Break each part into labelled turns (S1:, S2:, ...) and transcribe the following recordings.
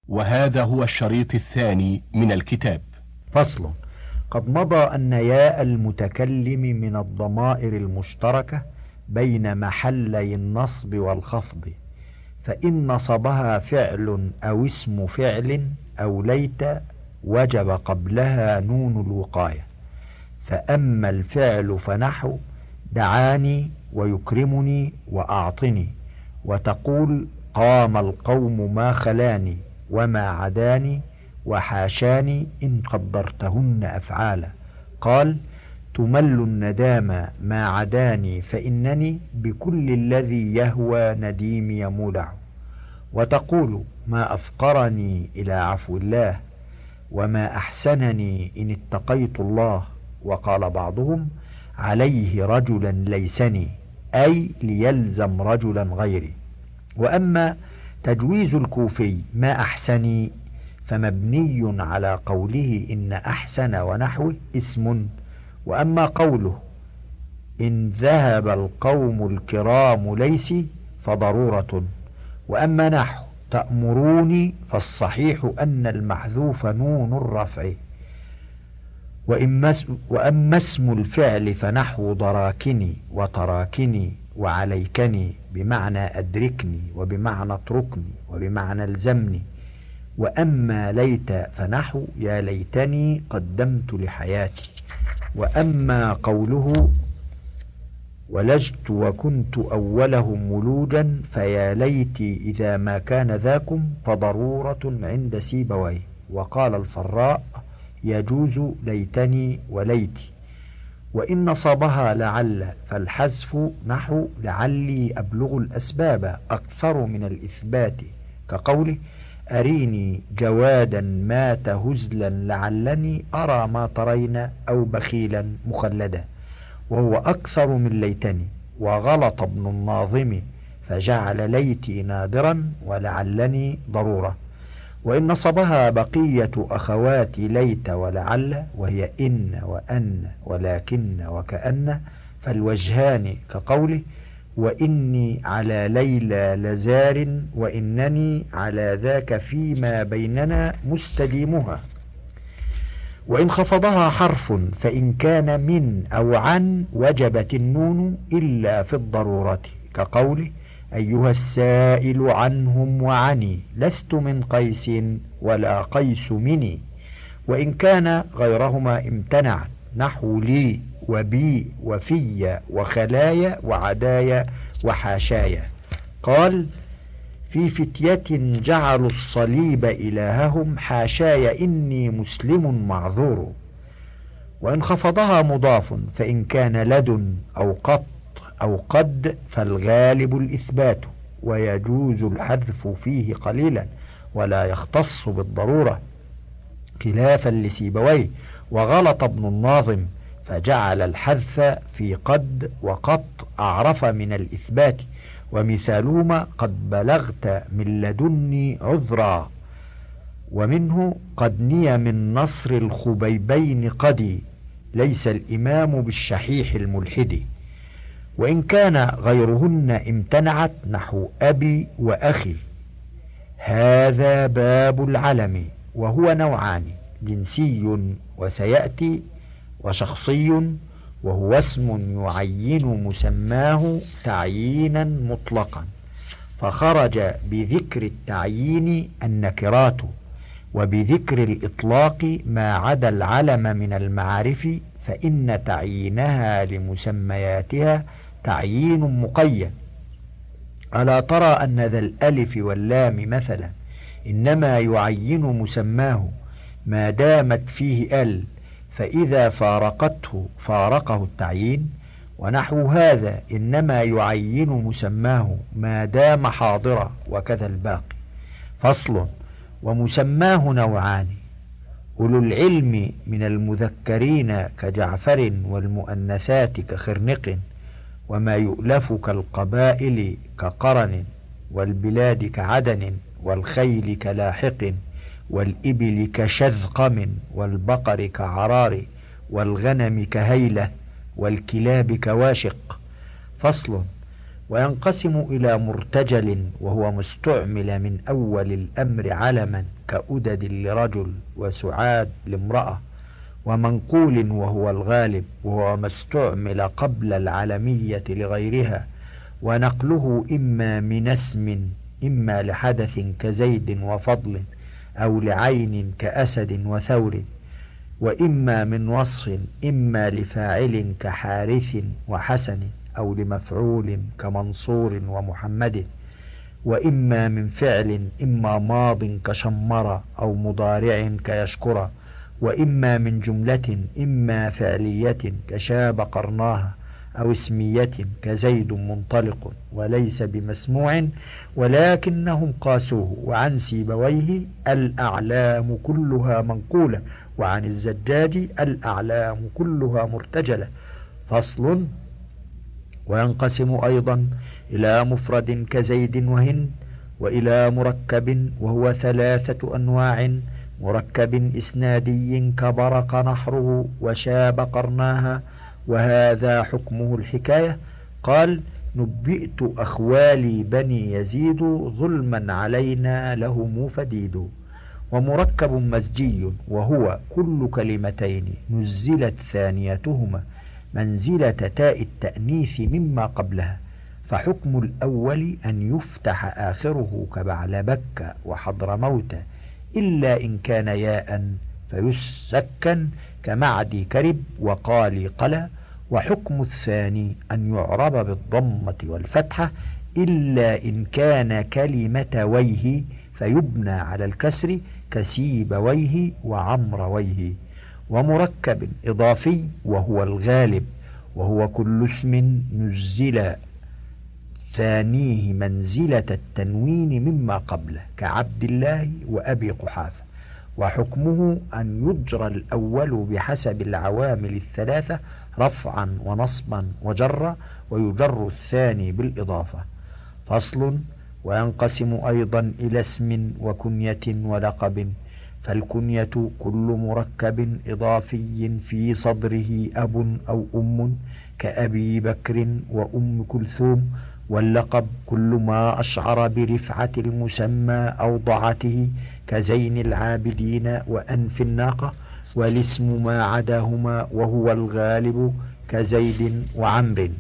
S1: وهذا هو الشريط الثاني من الكتاب.
S2: فصل. قد مضى أن ياء المتكلم من الضمائر المشتركة بين محلي النصب والخفض، فإن نصبها فعل أو اسم فعل أو ليت وجب قبلها نون الوقاية. فأما الفعل فنحو دعاني ويكرمني وأعطني، وتقول قام القوم ما خلاني وما عداني وحاشاني إن قدرتهن أفعالا. قال تمل الندام ما عداني فإنني بكل الذي يهوى نديمي مولع. وتقول ما أفقرني إلى عفو الله وما أحسنني إن اتقيت الله. وقال بعضهم عليه رجلا ليسني، أي ليلزم رجلا غيري. وأما تجويز الكوفي ما أحسني فمبني على قوله إن أحسن ونحوه اسم. وأما قوله إن ذهب القوم الكرام ليسي فضرورة. وأما نحو تأمروني فالصحيح أن المحذوف نون الرفع. وأما اسم الفعل فنحو ضراكني وتراكني وعليكني بمعنى أدركني وبمعنى اتركني وبمعنى الزمني. وأما ليت فنحو يا ليتني قدمت لحياتي. وأما قوله ولجت وكنت أولهم ولوجا فيا ليتي إذا ما كان ذاكم فضرورة عند سيبويه. وقال الفراء يجوز ليتني وليتي. وإن نصبها لعل فالحذف نحو لعلي أبلغ الأسباب أكثر من الإثبات، كقوله أريني جوادا مات هزلا لعلني أرى ما ترين أو بخيلا مخلدا، وهو أكثر من ليتني. وغلط ابن الناظم فجعل ليتي نادرا ولعلني ضرورة. وإن نصبها بقية أخوات ليت ولعل وهي إن وأن ولكن وكأن فالوجهان، كقوله وإني على ليلى لزار وإنني على ذاك فيما بيننا مستديمها. وإن خفضها حرف فإن كان من أو عن وجبت النون إلا في الضرورة، كقوله أيها السائل عنهم وعني لست من قيس ولا قيس مني. وإن كان غيرهما امتنعت، نحو لي وبي وفي وخلايا وعدايا وحاشايا. قال في فتية جعلوا الصليب إلههم حاشاي إني مسلم معذور. وإن خفضها مضاف فإن كان لدن أو قط أو قد فالغالب الإثبات، ويجوز الحذف فيه قليلا ولا يختص بالضرورة خلافا لسيبويه. وغلط ابن الناظم فجعل الحذف في قد وقط أعرف من الإثبات، ومثالهما قد بلغت من لدني عذرا، ومنه قد ني من نصر الخبيبين قدي ليس الإمام بالشحيح الملحد. وإن كان غيرهن امتنعت، نحو أبي وأخي. هذا باب العلم وهو نوعان، جنسي وسيأتي، وشخصي وهو اسم يعين مسماه تعيينا مطلقا، فخرج بذكر التعيين النكرات، وبذكر الإطلاق ما عدا العلم من المعارف، فإن تعيينها لمسمياتها تعيين مقيد. ألا ترى أن ذا الألف واللام مثلا إنما يعين مسماه ما دامت فيه ال، فإذا فارقته فارقه التعيين. ونحو هذا إنما يعين مسماه ما دام حاضرا، وكذا الباقي. فصل. ومسماه نوعان، أولو العلم من المذكرين كجعفر والمؤنثات كخرنق، وما يؤلف كالقبائل كقرن، والبلاد كعدن، والخيل كلاحق، والإبل كشذقم، والبقر كعرار، والغنم كهيلة، والكلاب كواشق. فصل. وينقسم إلى مرتجل وهو مستعمل من أول الأمر علما كأدد لرجل وسعاد لامرأة، ومنقول وهو الغالب وهو ما استعمل قبل العلمية لغيرها، ونقله إما من اسم إما لحدث كزيد وفضل، أو لعين كأسد وثور، وإما من وصف إما لفاعل كحارث وحسن، أو لمفعول كمنصور ومحمد، وإما من فعل إما ماض كشمر، أو مضارع كيشكر، وإما من جملة إما فعلية كشاب قرناها، أو اسمية كزيد منطلق، وليس بمسموع ولكنهم قاسوه. وعن سيبويه الأعلام كلها منقولة، وعن الزجاج الأعلام كلها مرتجلة. فصل. وينقسم أيضا إلى مفرد كزيد وهند، وإلى مركب وهو 3 أنواع: مركب إسنادي كبرق نحره وشاب قرناها، وهذا حكمه الحكاية. قال: نبئت أخوالي بني يزيد ظلما علينا لهم فديد. ومركب مزجي وهو كل كلمتين نزلت ثانيتهما منزلة تاء التأنيث مما قبلها، فحكم الأول أن يفتح آخره كبعلبك وحضرموت، إلا إن كان ياء فيسكن كمعدي كرب وقالي قلا. وحكم الثاني أن يعرب بالضمة والفتحة، إلا إن كان كلمة ويه فيبنى على الكسر كسيبويه وعمرويه. ومركب إضافي وهو الغالب، وهو كل اسم نزل ثانيه منزلة التنوين مما قبله كعبد الله وأبي قحافة. وحكمه أن يجرى الأول بحسب العوامل 3 رفعا ونصبا وجرا، ويجر الثاني بالإضافة. فصل. وينقسم أيضا إلى اسم وكنية ولقب. فالكنية كل مركب إضافي في صدره أب أو أم كأبي بكر وأم كلثوم. واللقب كل ما أشعر برفعة المسمى أو ضعته كزين العابدين وأنف الناقة. والاسم ما عداهما وهو الغالب كزيد وعمر.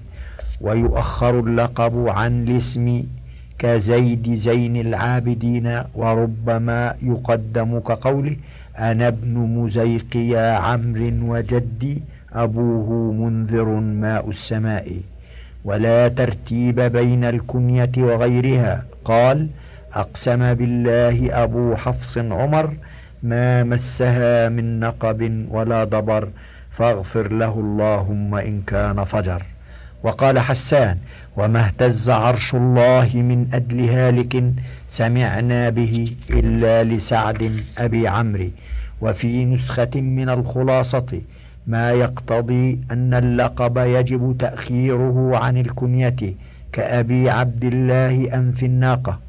S2: ويؤخر اللقب عن الاسم كزيد زين العابدين، وربما يقدم كقوله: أنا ابن مزيق يا عمرو وجدي أبوه منذر ماء السماء. ولا ترتيب بين الكنية وغيرها. قال: أقسم بالله أبو حفص عمر ما مسها من نقب ولا ضبر، فاغفر له اللهم إن كان فجر. وقال حسان: وما اهتز عرش الله من أجل هالك سمعنا به إلا لسعد أبي عمرو. وفي نسخة من الخلاصة ما يقتضي أن اللقب يجب تأخيره عن الكنية كأبي عبد الله أنف الناقة،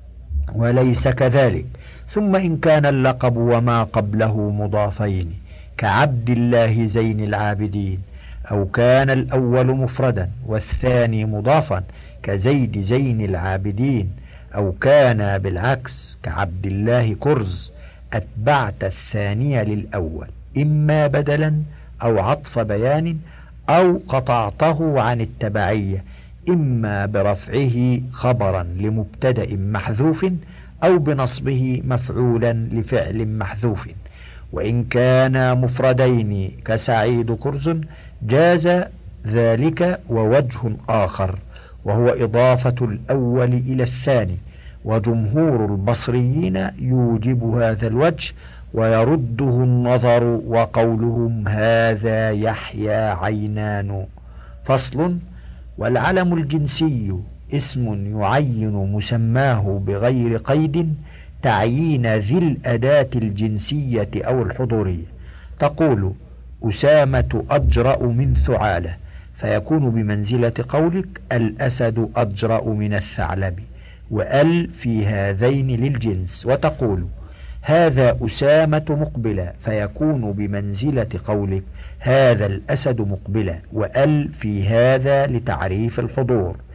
S2: وليس كذلك. ثم إن كان اللقب وما قبله مضافين كعبد الله زين العابدين، أو كان الأول مفردا والثاني مضافا كزيد زين العابدين، أو كان بالعكس كعبد الله كرز، أتبعت الثانية للأول إما بدلا أو عطف بيان، أو قطعته عن التبعية إما برفعه خبرا لمبتدأ محذوف، أو بنصبه مفعولا لفعل محذوف. وإن كانا مفردين كسعيد كرز جاز ذلك. ووجه آخر وهو إضافة الأول إلى الثاني، وجمهور البصريين يوجب هذا الوجه ويرده النظر، وقولهم هذا يحيى عينان. فصل. والعلم الجنسي اسم يعين مسماه بغير قيد تعيين ذي الأداة الجنسية أو الحضورية. تقول: أسامة أجرأ من ثعالة، فيكون بمنزلة قولك الأسد أجرأ من الثعلب، وأل في هذين للجنس. وتقول: هذا أسامة مقبلة، فيكون بمنزلة قولك هذا الأسد مقبلة، وأل في هذا لتعريف الحضور.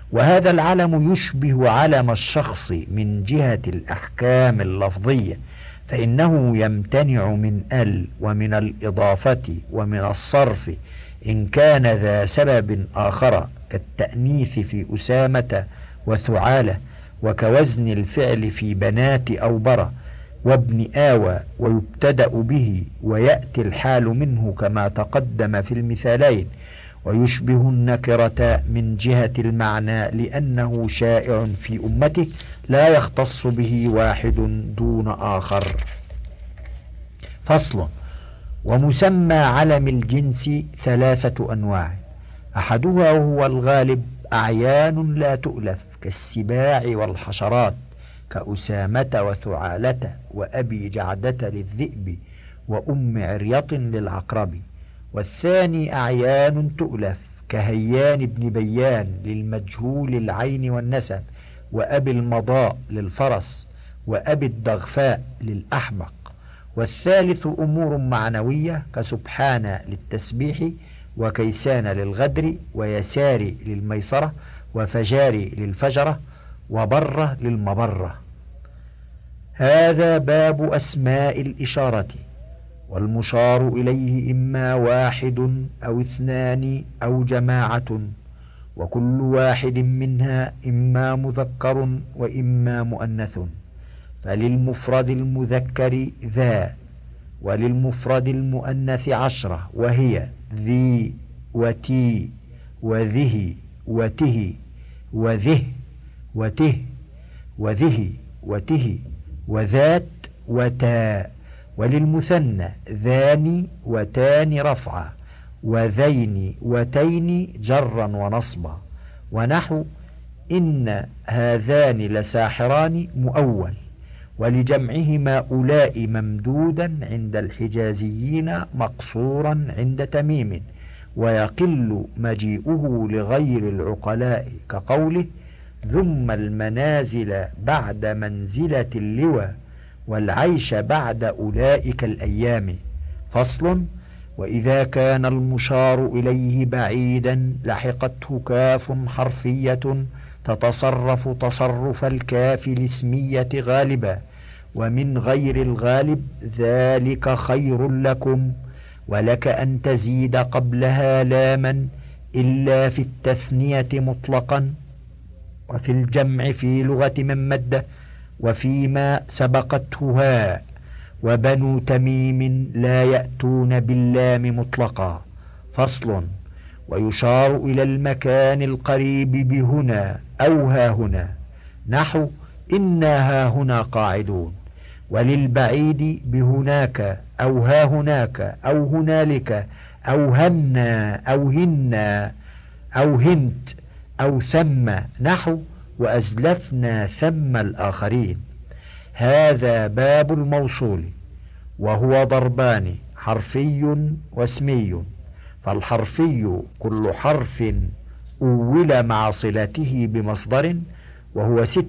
S2: وهذا العلم يشبه علم الشخص من جهة الأحكام اللفظية، فإنه يمتنع من ومن الإضافة ومن الصرف إن كان ذا سبب آخر، كالتأنيث في أسامة وثعالة، وكوزن الفعل في بنات أوبرة وابن آوى، ويبتدأ به ويأتي الحال منه كما تقدم في المثالين. ويشبه النكرة من جهة المعنى لأنه شائع في أمته لا يختص به واحد دون آخر. فصل. ومسمى علم الجنس 3 أنواع: أحدها وهو الغالب أعيان لا تؤلف كالسباع والحشرات، كأسامة وثعالة وأبي جعدة للذئب وأم عريط للعقرب. والثاني أعيان تؤلف كهيان بن بيان للمجهول العين والنسب، وأبي المضاء للفرس، وأبي الدغفاء للأحمق. والثالث أمور معنوية كسبحان للتسبيح، وكيسان للغدر، ويسار للميسرة، وفجار للفجرة، وبرة للمبرة. هذا باب أسماء الإشارة. والمشار إليه إما واحد أو 2 أو جماعة، وكل واحد منها إما مذكر وإما مؤنث. فللمفرد المذكر ذا، وللمفرد المؤنث 10، وهي ذي وتي وذه وته وذه وته وذه وته وذات وتا. وللمثنى ذان وتان رفعا، وذين وتين جرا ونصبا. ونحو إن هذان لساحران مؤول، ولجمعهما أولاء ممدودا عند الحجازيين مقصورا عند تميم، ويقل مجيئه لغير العقلاء كقوله ثم المنازل بعد منزلة اللوى، والعيش بعد أولئك الأيام. فصل. وإذا كان المشار إليه بعيدا لحقته كاف حرفية تتصرف تصرف الكاف الاسمية غالبا، ومن غير الغالب ذلك خير لكم، ولك أن تزيد قبلها لاما إلا في التثنية مطلقا، وفي الجمع في لغة من مد، وفيما سبقته هاء. وبنو تميم لا يأتون باللام مطلقا. فصل. ويشار إلى المكان القريب بهنا أو ها هنا، نحو إنا ها هنا قاعدون. وللبعيد بهناك أو ها هناك أو هنالك أو هنا أو هنا أو هنت أو ثم، نحو وأزلفنا ثم الآخرين. هذا باب الموصول، وهو ضربان: حرفي واسمي. فالحرفي كل حرف أول مع صلته بمصدر، وهو 6: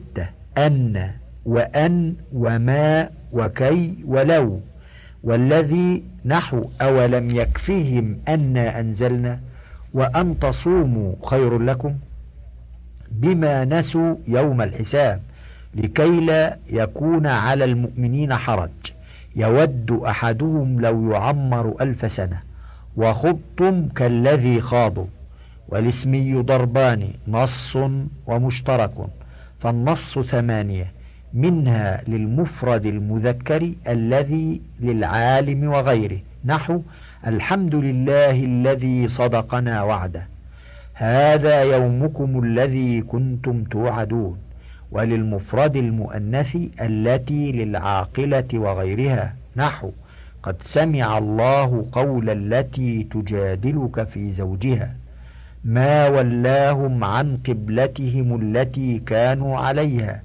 S2: أن وأن وما وكي ولو. والذي نحو أولم يكفيهم أنا أنزلنا وأن تصوموا خير لكم، بما نسوا يوم الحساب، لكي لا يكون على المؤمنين حرج يود أحدهم لو يعمر 1000 سنة. وخضتم كالذي خاضوا. والاسمي ضربان: نص ومشترك. فالنص 8، منها للمفرد المذكر الذي للعالم وغيره، نحو الحمد لله الذي صدقنا وعده، هذا يومكم الذي كنتم توعدون. وللمفرد المؤنث التي للعاقلة وغيرها، نحو قد سمع الله قول التي تجادلك في زوجها، ما ولاهم عن قبلتهم التي كانوا عليها.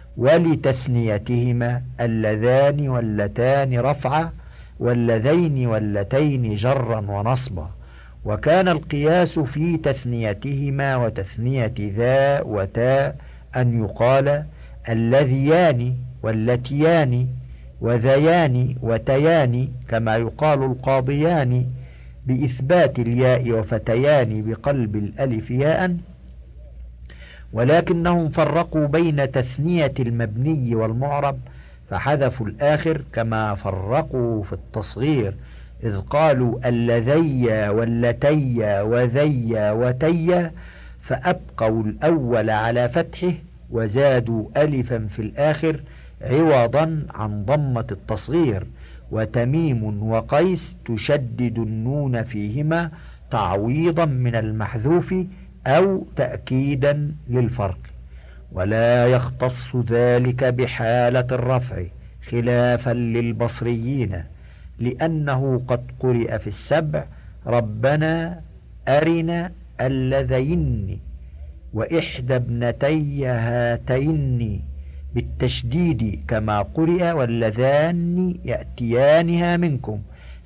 S2: ولتثنيتهما اللذان واللتان رفعا، واللذين واللتين جرا ونصبا. وكان القياس في تثنيتهما وتثنية ذا وتا أن يقال اللذيان واللتيان وذيان وتيان، كما يقال القاضيان بإثبات الياء وفتيان بقلب الألف ياء. ولكنهم فرقوا بين تثنية المبني والمعرب فحذفوا الآخر، كما فرقوا في التصغير إذ قالوا اللذي واللتي وذي وتي، فأبقوا الأول على فتحه وزادوا ألفا في الآخر عوضا عن ضمة التصغير. وتميم وقيس تشدد النون فيهما تعويضا من المحذوف أو تأكيدا للفرق. ولا يختص ذلك بحالة الرفع خلافا للبصريين، لأنه قد قرئ في السبع ربنا أرنا اللذين وإحدى ابنتي هاتين بالتشديد، كما قرئ واللذان يأتيانها منكم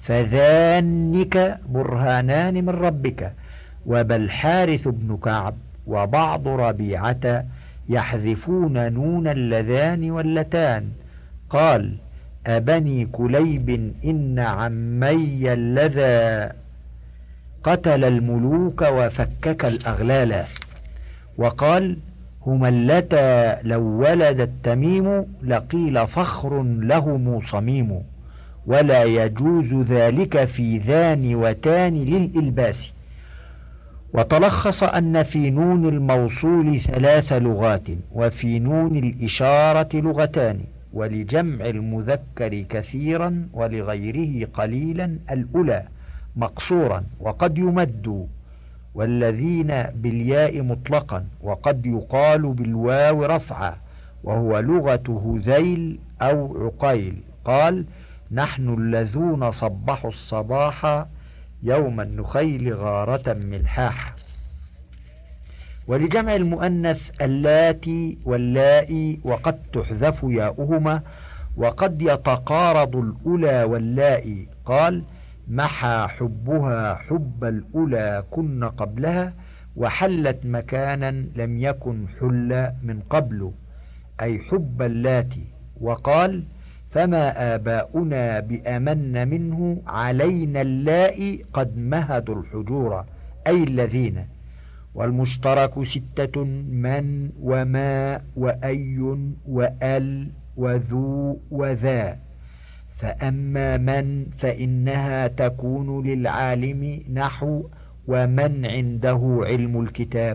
S2: فذانك برهانان من ربك. وبالحارث بن كعب وبعض ربيعة يحذفون نون اللذان واللتان. قال أبني كليب إن عمي اللذا قتل الملوك وفكك الأغلال. وقال هما اللتا لو ولد التميم لقيل فخر لهم صميم، ولا يجوز ذلك في ذان وتان للإلباس. وتلخص أن في نون الموصول 3 لغات، وفي نون الإشارة لغتان، ولجمع المذكر كثيرا ولغيره قليلا الأولى مقصورا، وقد يمد والذين بالياء مطلقا، وقد يقال بالواو رفعا، وهو لغة هذيل أو عقيل. قال نحن الذون صبحوا الصباح يوم النخيل غارة ملحاح. ولجمع المؤنث اللاتي واللائي وقد تحذف ياؤهما، وقد يتقارض الأولى واللائي. قال محى حبها حب الأولى كن قبلها، وحلت مكانا لم يكن حل من قبل، أي حب اللاتي. وقال فما آباؤنا بأمن منه علينا اللائي قد مهدوا الحجور، أي الذين. والمشترك 6 من وما وأي وأل وذو وذا. فأما من فإنها تكون للعالم نحو ومن عنده علم الكتاب،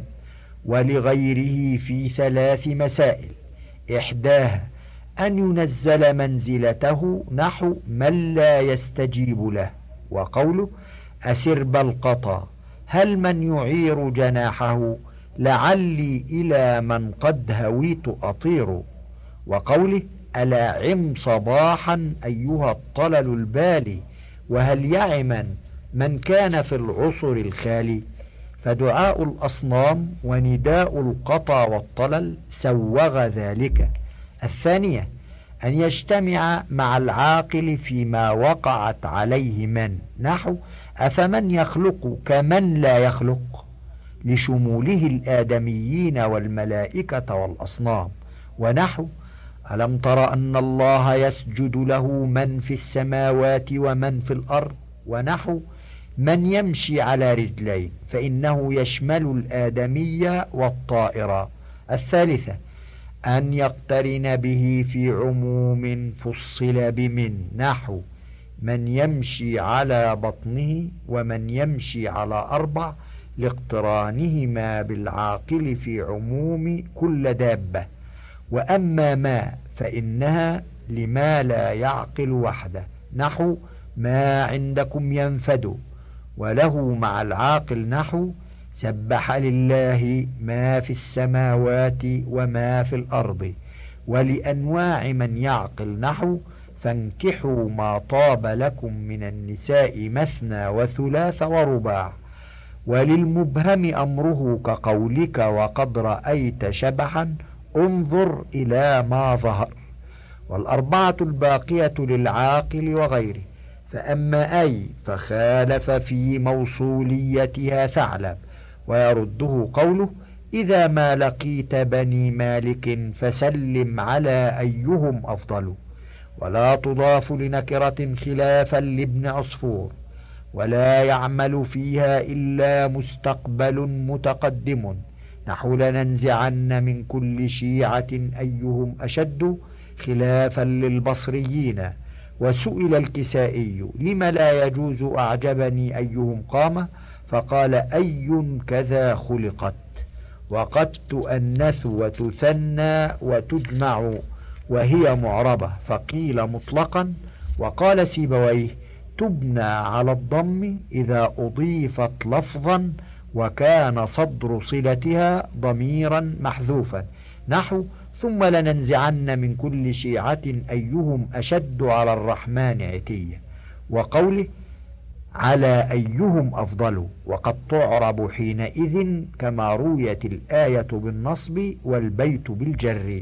S2: ولغيره في 3 مسائل، إحداها أن ينزل منزلته نحو من لا يستجيب له، وقوله أسرب القطا هل من يعير جناحه لعلي إلى من قد هويت أطير، وقوله ألا عم صباحا أيها الطلل البالي، وهل يعما من كان في العصر الخالي. فدعاء الأصنام ونداء القطا والطلل سوغ ذلك. الثانية أن يجتمع مع العاقل فيما وقعت عليه من، نحو أفمن يخلق كمن لا يخلق، لشموله الآدميين والملائكة والأصنام. ونحو ألم تر أن الله يسجد له من في السماوات ومن في الأرض، ونحو من يمشي على رجلين، فإنه يشمل الآدمي والطائر. الثالثة أن يقترن به في عموم فصل بمن، نحو من يمشي على بطنه ومن يمشي على 4 لاقترانهما بالعاقل في عموم كل دابة. وأما ما فإنها لما لا يعقل وحده، نحو ما عندكم ينفد، وله مع العاقل نحو سبح لله ما في السماوات وما في الأرض. ولأنواع من يعقل نحو فانكحوا ما طاب لكم من النساء مثنى وثلاث ورباع. وللمبهم أمره كقولك وقد رأيت شبحا انظر إلى ما ظهر. والأربعة الباقية للعاقل وغيره. فأما أي فخالف في موصوليتها ثعلب، ويرده قوله إذا ما لقيت بني مالك فسلم على أيهم أفضل. ولا تضاف لنكرة خلافا لابن عصفور، ولا يعمل فيها إلا مستقبل متقدم، نحو لننزعن من كل شيعة أيهم أشد خلافا للبصريين. وسئل الكسائي لم لا يجوز أعجبني أيهم قام، فقال أي كذا خلقت، وقد تؤنث وتثنى وتجمع وهي معربة، فقيل مطلقا. وقال سيبويه تبنى على الضم إذا أضيفت لفظا وكان صدر صلتها ضميرا محذوفا، نحو ثم لننزعن من كل شيعة أيهم أشد على الرحمن عتية. وقوله على أيهم أفضل، وقد تعرب حينئذ كما رويت الآية بالنصب والبيت بالجر.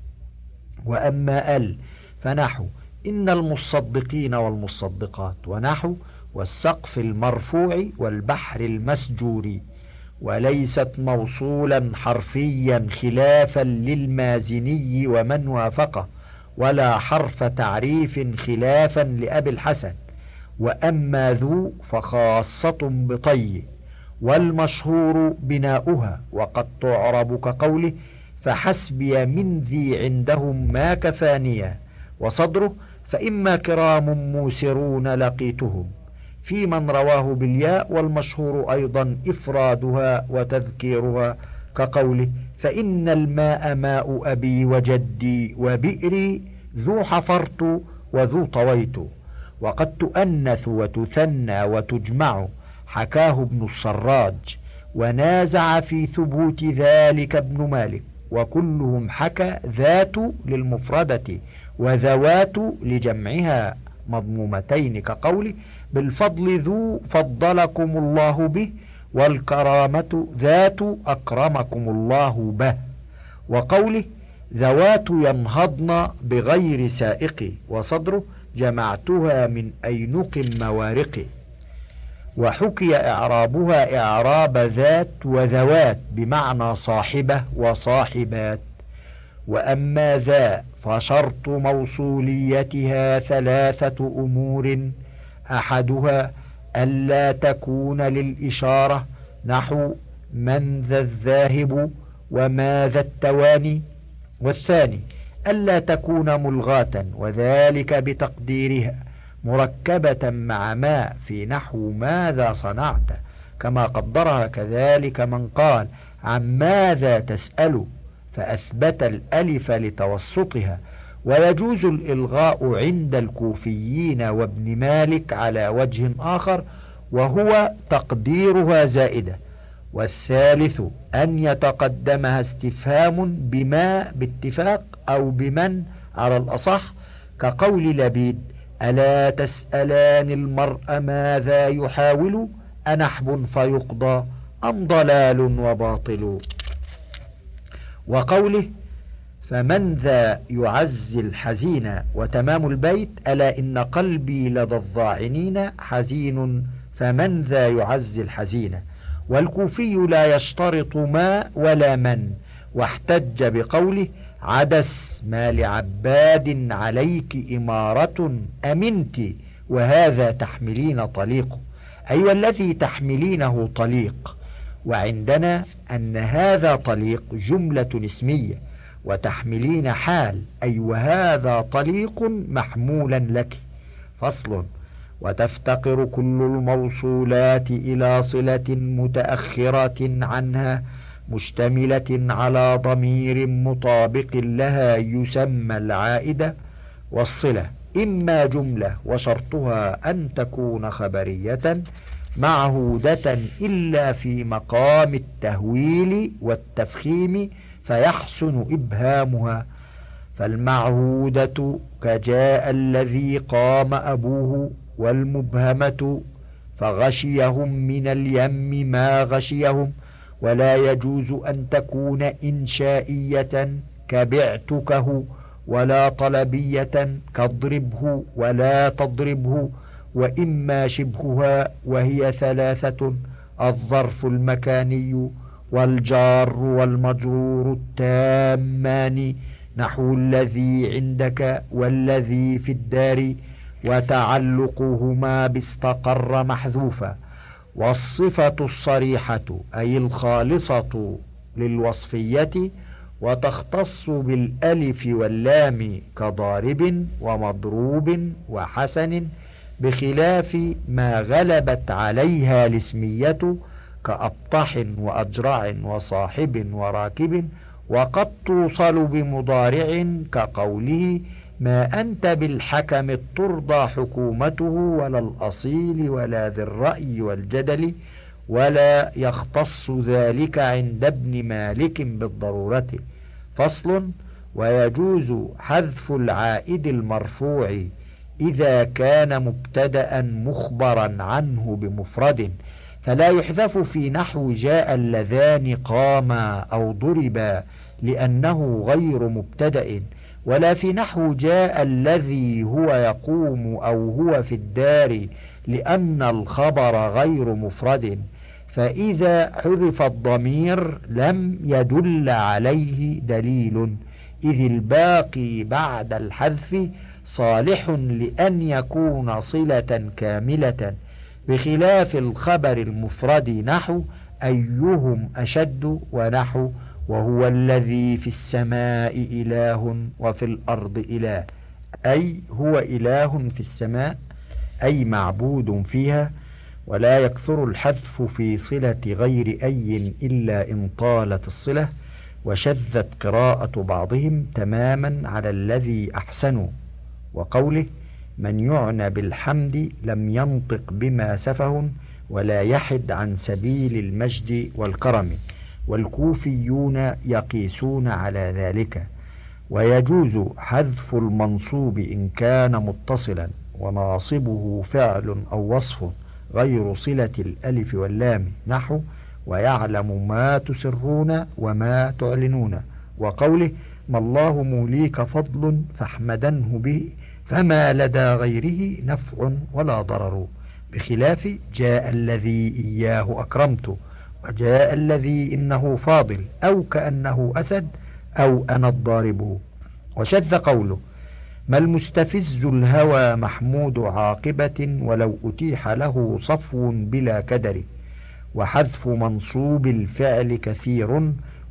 S2: وأما فنحو إن المصدقين والمصدقات، ونحو والسقف المرفوع والبحر المسجور، وليست موصولا حرفيا خلافا للمازني ومن وافقه، ولا حرف تعريف خلافا لأبي الحسن. وأما ذو فخاصة بطي، والمشهور بناؤها، وقد تعرب كقوله فحسبي من ذي عندهم ما كفانيا. وصدره فإما كرام موسرون لقيتهم، في من رواه بالياء، والمشهور أيضا إفرادها وتذكيرها كقوله فإن الماء ماء أبي وجدي وبئري ذو حفرت وذو طويت. وقد تؤنث وتثنى وتجمع، حكاه ابن السراج، ونازع في ثبوت ذلك ابن مالك، وكلهم حكى ذات للمفردة وذوات لجمعها مضمومتين كقوله بالفضل ذو فضلكم الله به، والكرامة ذات أكرمكم الله به. وقوله ذوات ينهضن بغير سائق، وصدره جمعتها من أينق موارق. وحكي إعرابها إعراب ذات وذوات بمعنى صاحبة وصاحبات. وأما ذا فشرط موصوليتها ثلاثة أمور، أحدها ألا تكون للإشارة، نحو من ذا الذاهب وماذا التواني. والثاني ألا تكون ملغاة، وذلك بتقديرها مركبة مع ما في نحو ماذا صنعت، كما قدرها كذلك من قال عن ماذا تسأل، فأثبت الألف لتوسطها. ويجوز الإلغاء عند الكوفيين وابن مالك على وجه آخر، وهو تقديرها زائدة. والثالث أن يتقدمها استفهام بما باتفاق أو بمن على الأصح، كقول لبيد ألا تسألان المرء ماذا يحاول، أنحب فيقضى أم ضلال وباطل. وقوله فمن ذا يعزي الحزين، وتمام البيت ألا إن قلبي لدى الضاعنين حزين، فمن ذا يعزي الحزين. والكوفي لا يشترط ما ولا من، واحتج بقوله عدس ما لعباد عليك إمارة أمنت، وهذا تحملين طليق، أي والذي تحملينه طليق. وعندنا أن هذا طليق جملة اسمية، وتحملين حال، أي وهذا طليق محمولا لك. فصل. وتفتقر كل الموصولات إلى صلة متأخرة عنها مشتملة على ضمير مطابق لها يسمى العائدة. والصلة إما جملة وشرطها أن تكون خبرية معهودة إلا في مقام التهويل والتفخيم فيحسن إبهامها، فالمعهودة كجاء الذي قام أبوه، والمبهمة فغشيهم من اليم ما غشيهم. ولا يجوز أن تكون إنشائية كبعتكه، ولا طلبية كاضربه ولا تضربه. وإما شبهها وهي ثلاثة: الظرف المكاني، والجار والمجرور التامان، نحو الذي عندك والذي في الدار، وتعلقهما باستقر محذوفا. والصفة الصريحة أي الخالصة للوصفية، وتختص بالألف واللام كضارب ومضروب وحسن، بخلاف ما غلبت عليها الاسمية كأبطح وأجرع وصاحب وراكب، وقد توصل بمضارع كقوله ما أنت بالحكم الترضى حكومته ولا الأصيل ولا ذي الرأي والجدل، ولا يختص ذلك عند ابن مالك بالضرورة. فصل. ويجوز حذف العائد المرفوع إذا كان مبتدأ مخبرا عنه بمفرد، فلا يحذف في نحو جاء اللذان قاما أو ضربا لأنه غير مبتدأ، ولا في نحو جاء الذي هو يقوم أو هو في الدار لأن الخبر غير مفرد، فإذا حذف الضمير لم يدل عليه دليل، إذ الباقي بعد الحذف صالح لأن يكون صلة كاملة، بخلاف الخبر المفرد نحو أيهم أشد، ونحو وهو الذي في السماء إله وفي الأرض إله، أي هو إله في السماء أي معبود فيها. ولا يكثر الحذف في صلة غير أي إلا إن طالت الصلة، وشذت قراءة بعضهم تماما على الذي أحسنوا، وقوله من يعنى بالحمد لم ينطق بما سفه ولا يحد عن سبيل المجد والكرم، والكوفيون يقيسون على ذلك. ويجوز حذف المنصوب إن كان متصلا وناصبه فعل أو وصف غير صلة الألف واللام، نحو ويعلم ما تسرون وما تعلنون، وقوله ما الله موليك فضل فاحمدنه به فما لدى غيره نفع ولا ضرر، بخلاف جاء الذي إياه أكرمت، وجاء الذي إنه فاضل أو كأنه أسد أو أنا الضارب. وشذ قوله ما المستفز الهوى محمود عاقبة ولو أتيح له صفو بلا كدر، وحذف منصوب الفعل كثير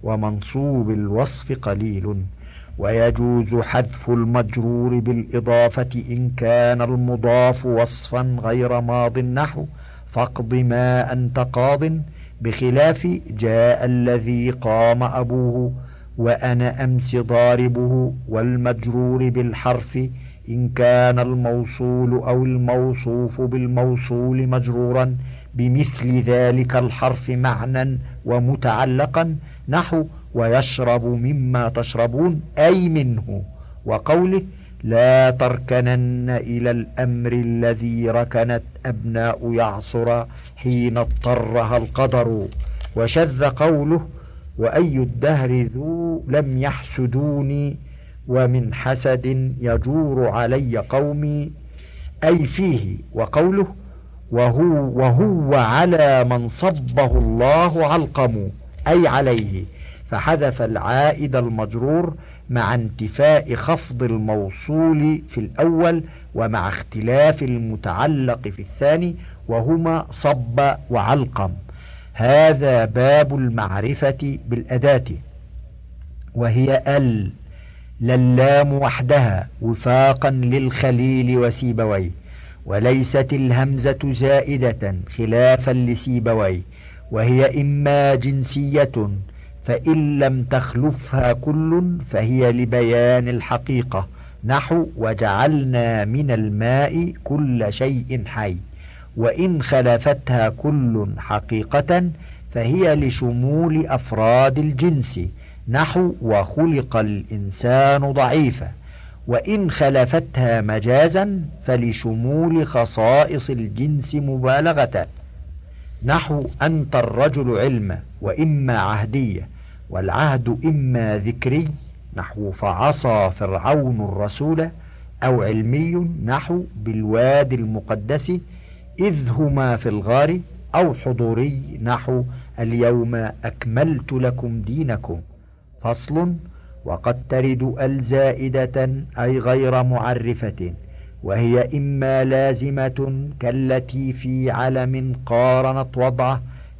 S2: ومنصوب الوصف قليل. ويجوز حذف المجرور بالإضافة إن كان المضاف وصفا غير ماض، نحو فاقض ما أنت قاض، بخلاف جاء الذي قام أبوه وأنا أمس ضاربه، والمجرور بالحرف إن كان الموصول أو الموصوف بالموصول مجرورا بمثل ذلك الحرف معنى ومتعلقا، نحو ويشرب مما تشربون أي منه، وقوله لا تركنن إلى الأمر الذي ركنت أبناء يعصر حين اضطرها القدر. وشذ قوله وأي الدهر ذو لم يحسدوني ومن حسد يجور علي قومي أي فيه، وقوله وهو على من صبه الله علقم أي عليه، فحذف العائد المجرور مع انتفاء خفض الموصول في الأول ومع اختلاف المتعلق في الثاني، وهما صب وعلقم. هذا باب المعرفة بالأداة، وهي للام وحدها وفاقا للخليل وسيبويه، وليست الهمزة زائدة خلافا لسيبويه، وهي إما جنسية فإن لم تخلفها كل فهي لبيان الحقيقة، نحو وجعلنا من الماء كل شيء حي، وإن خلفتها كل حقيقة فهي لشمول أفراد الجنس، نحو وخلق الإنسان ضعيفا، وإن خلفتها مجازا فلشمول خصائص الجنس مبالغة، نحو أنت الرجل علما، وإما عهدية، والعهد إما ذكري، نحو فعصى فرعون الرسول، أو علمي، نحو بالوادي المقدس إذ هما في الغار، أو حضوري، نحو اليوم أكملت لكم دينكم. فصل. وقد ترد الزائدة أي غير معرفة، وهي إما لازمة كالتي في علم قارنت وضعه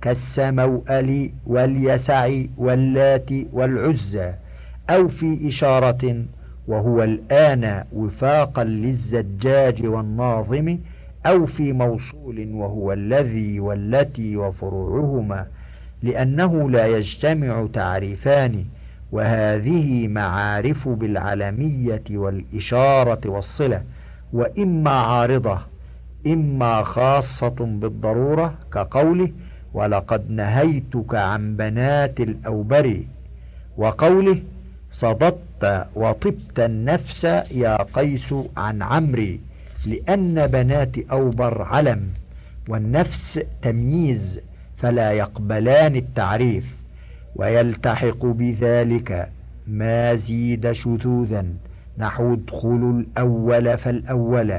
S2: كالسموأل واليسع واللات والعزى، أو في إشارة وهو الآن وفاقا للزجاج والناظم، أو في موصول وهو الذي والتي وفروعهما، لأنه لا يجتمع تعريفان، وهذه معارف بالعلمية والإشارة والصلة، وإما عارضة إما خاصة بالضرورة، كقوله ولقد نهيتك عن بنات الأوبر، وقوله صددت وطبت النفس يا قيس عن عمري، لأن بنات أوبر علم والنفس تمييز، فلا يقبلان التعريف. ويلتحق بذلك ما زيد شذوذا، نحو ادخلوا الأول فالأول،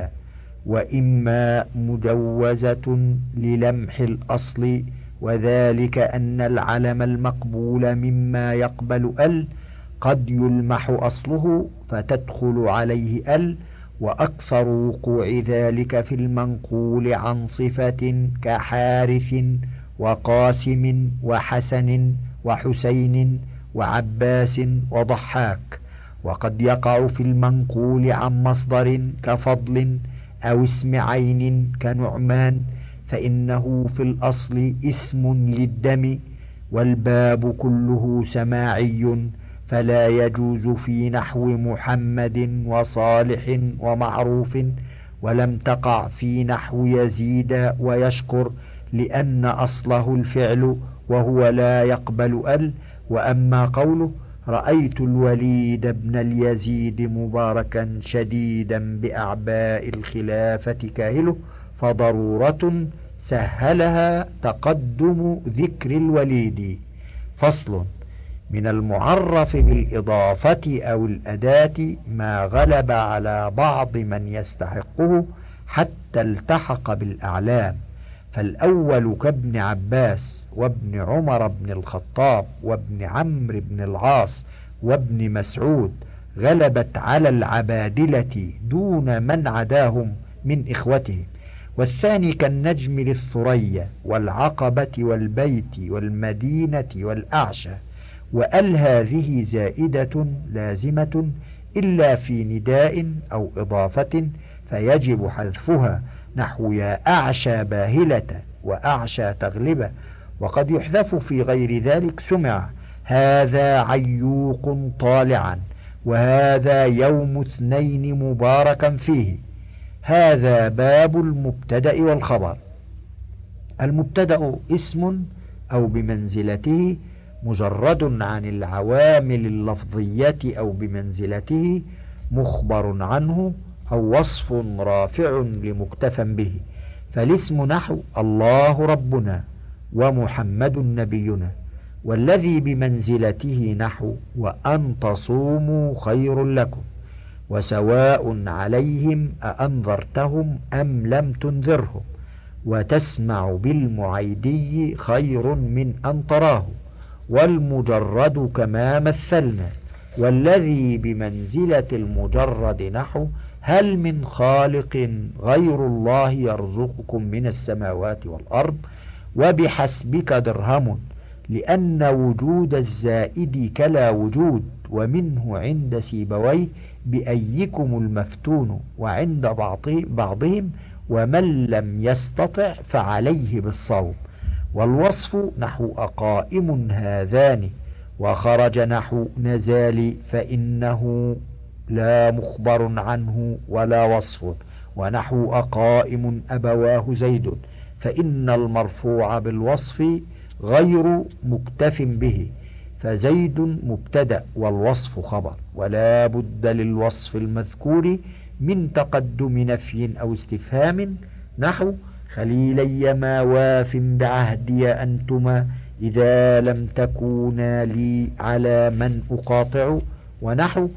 S2: وإما مجوزة للمح الأصل، وذلك أن العلم المقبول مما يقبل ال قد يلمح أصله فتدخل عليه ال، وأكثر وقوع ذلك في المنقول عن صفة كحارث وقاسم وحسن وحسين وعباس وضحاك، وقد يقع في المنقول عن مصدر كفضل أو اسم عين كنعمان، فإنه في الأصل اسم للدم، والباب كله سماعي، فلا يجوز في نحو محمد وصالح ومعروف، ولم تقع في نحو يزيد ويشكر، لأن أصله الفعل وهو لا يقبل ال. وأما قوله رأيت الوليد بن اليزيد مباركا شديدا بأعباء الخلافة كاهله، فضرورة سهلها تقدم ذكر الوليد. فصل: من المعرف بالإضافة أو الأداة ما غلب على بعض من يستحقه حتى التحق بالأعلام، فالأول كابن عباس وابن عمر بن الخطاب وابن عمرو بن العاص وابن مسعود، غلبت على العبادلة دون من عداهم من إخوتهم. والثاني كالنجم للثريا والعقبة والبيت والمدينة والأعشى، وأل هذه زائدة لازمة إلا في نداء أو إضافة فيجب حذفها، نحو يا أعشى باهلة وأعشى تغلبة. وقد يحذف في غير ذلك سمع هذا عيوق طالعا، وهذا يوم اثنين مباركا فيه. هذا باب المبتدأ والخبر. المبتدأ اسم أو بمنزلته مجرد عن العوامل اللفظية أو بمنزلته مخبر عنه أو وصف رافع لمكتفى به، فالاسم نحو الله ربنا ومحمد نبينا، والذي بمنزلته نحو وأن تصوموا خير لكم، وسواء عليهم أأنذرتهم أم لم تنذرهم، وتسمع بالمعيدي خير من أن تراه، والمجرد كما مثلنا. والذي بمنزلة المجرد نحو هل من خالق غير الله يرزقكم من السماوات والأرض، وبحسبك درهم، لأن وجود الزائد كلا وجود، ومنه عند سيبويه بأيكم المفتون، وعند بعضهم ومن لم يستطع فعليه بالصوم. والوصف نحو أقائم هذان، وخرج نحو نزال، فإنه لا مخبر عنه ولا وصف، ونحو أقائم أبواه زيد، فإن المرفوع بالوصف غير مكتف به، فزيد مبتدأ والوصف خبر، ولا بد للوصف المذكور من تقدم نفي أو استفهام، نحو خليلي ما واف بعهدي أنتما إذا لم تكونا لي على من أقاطع، ونحو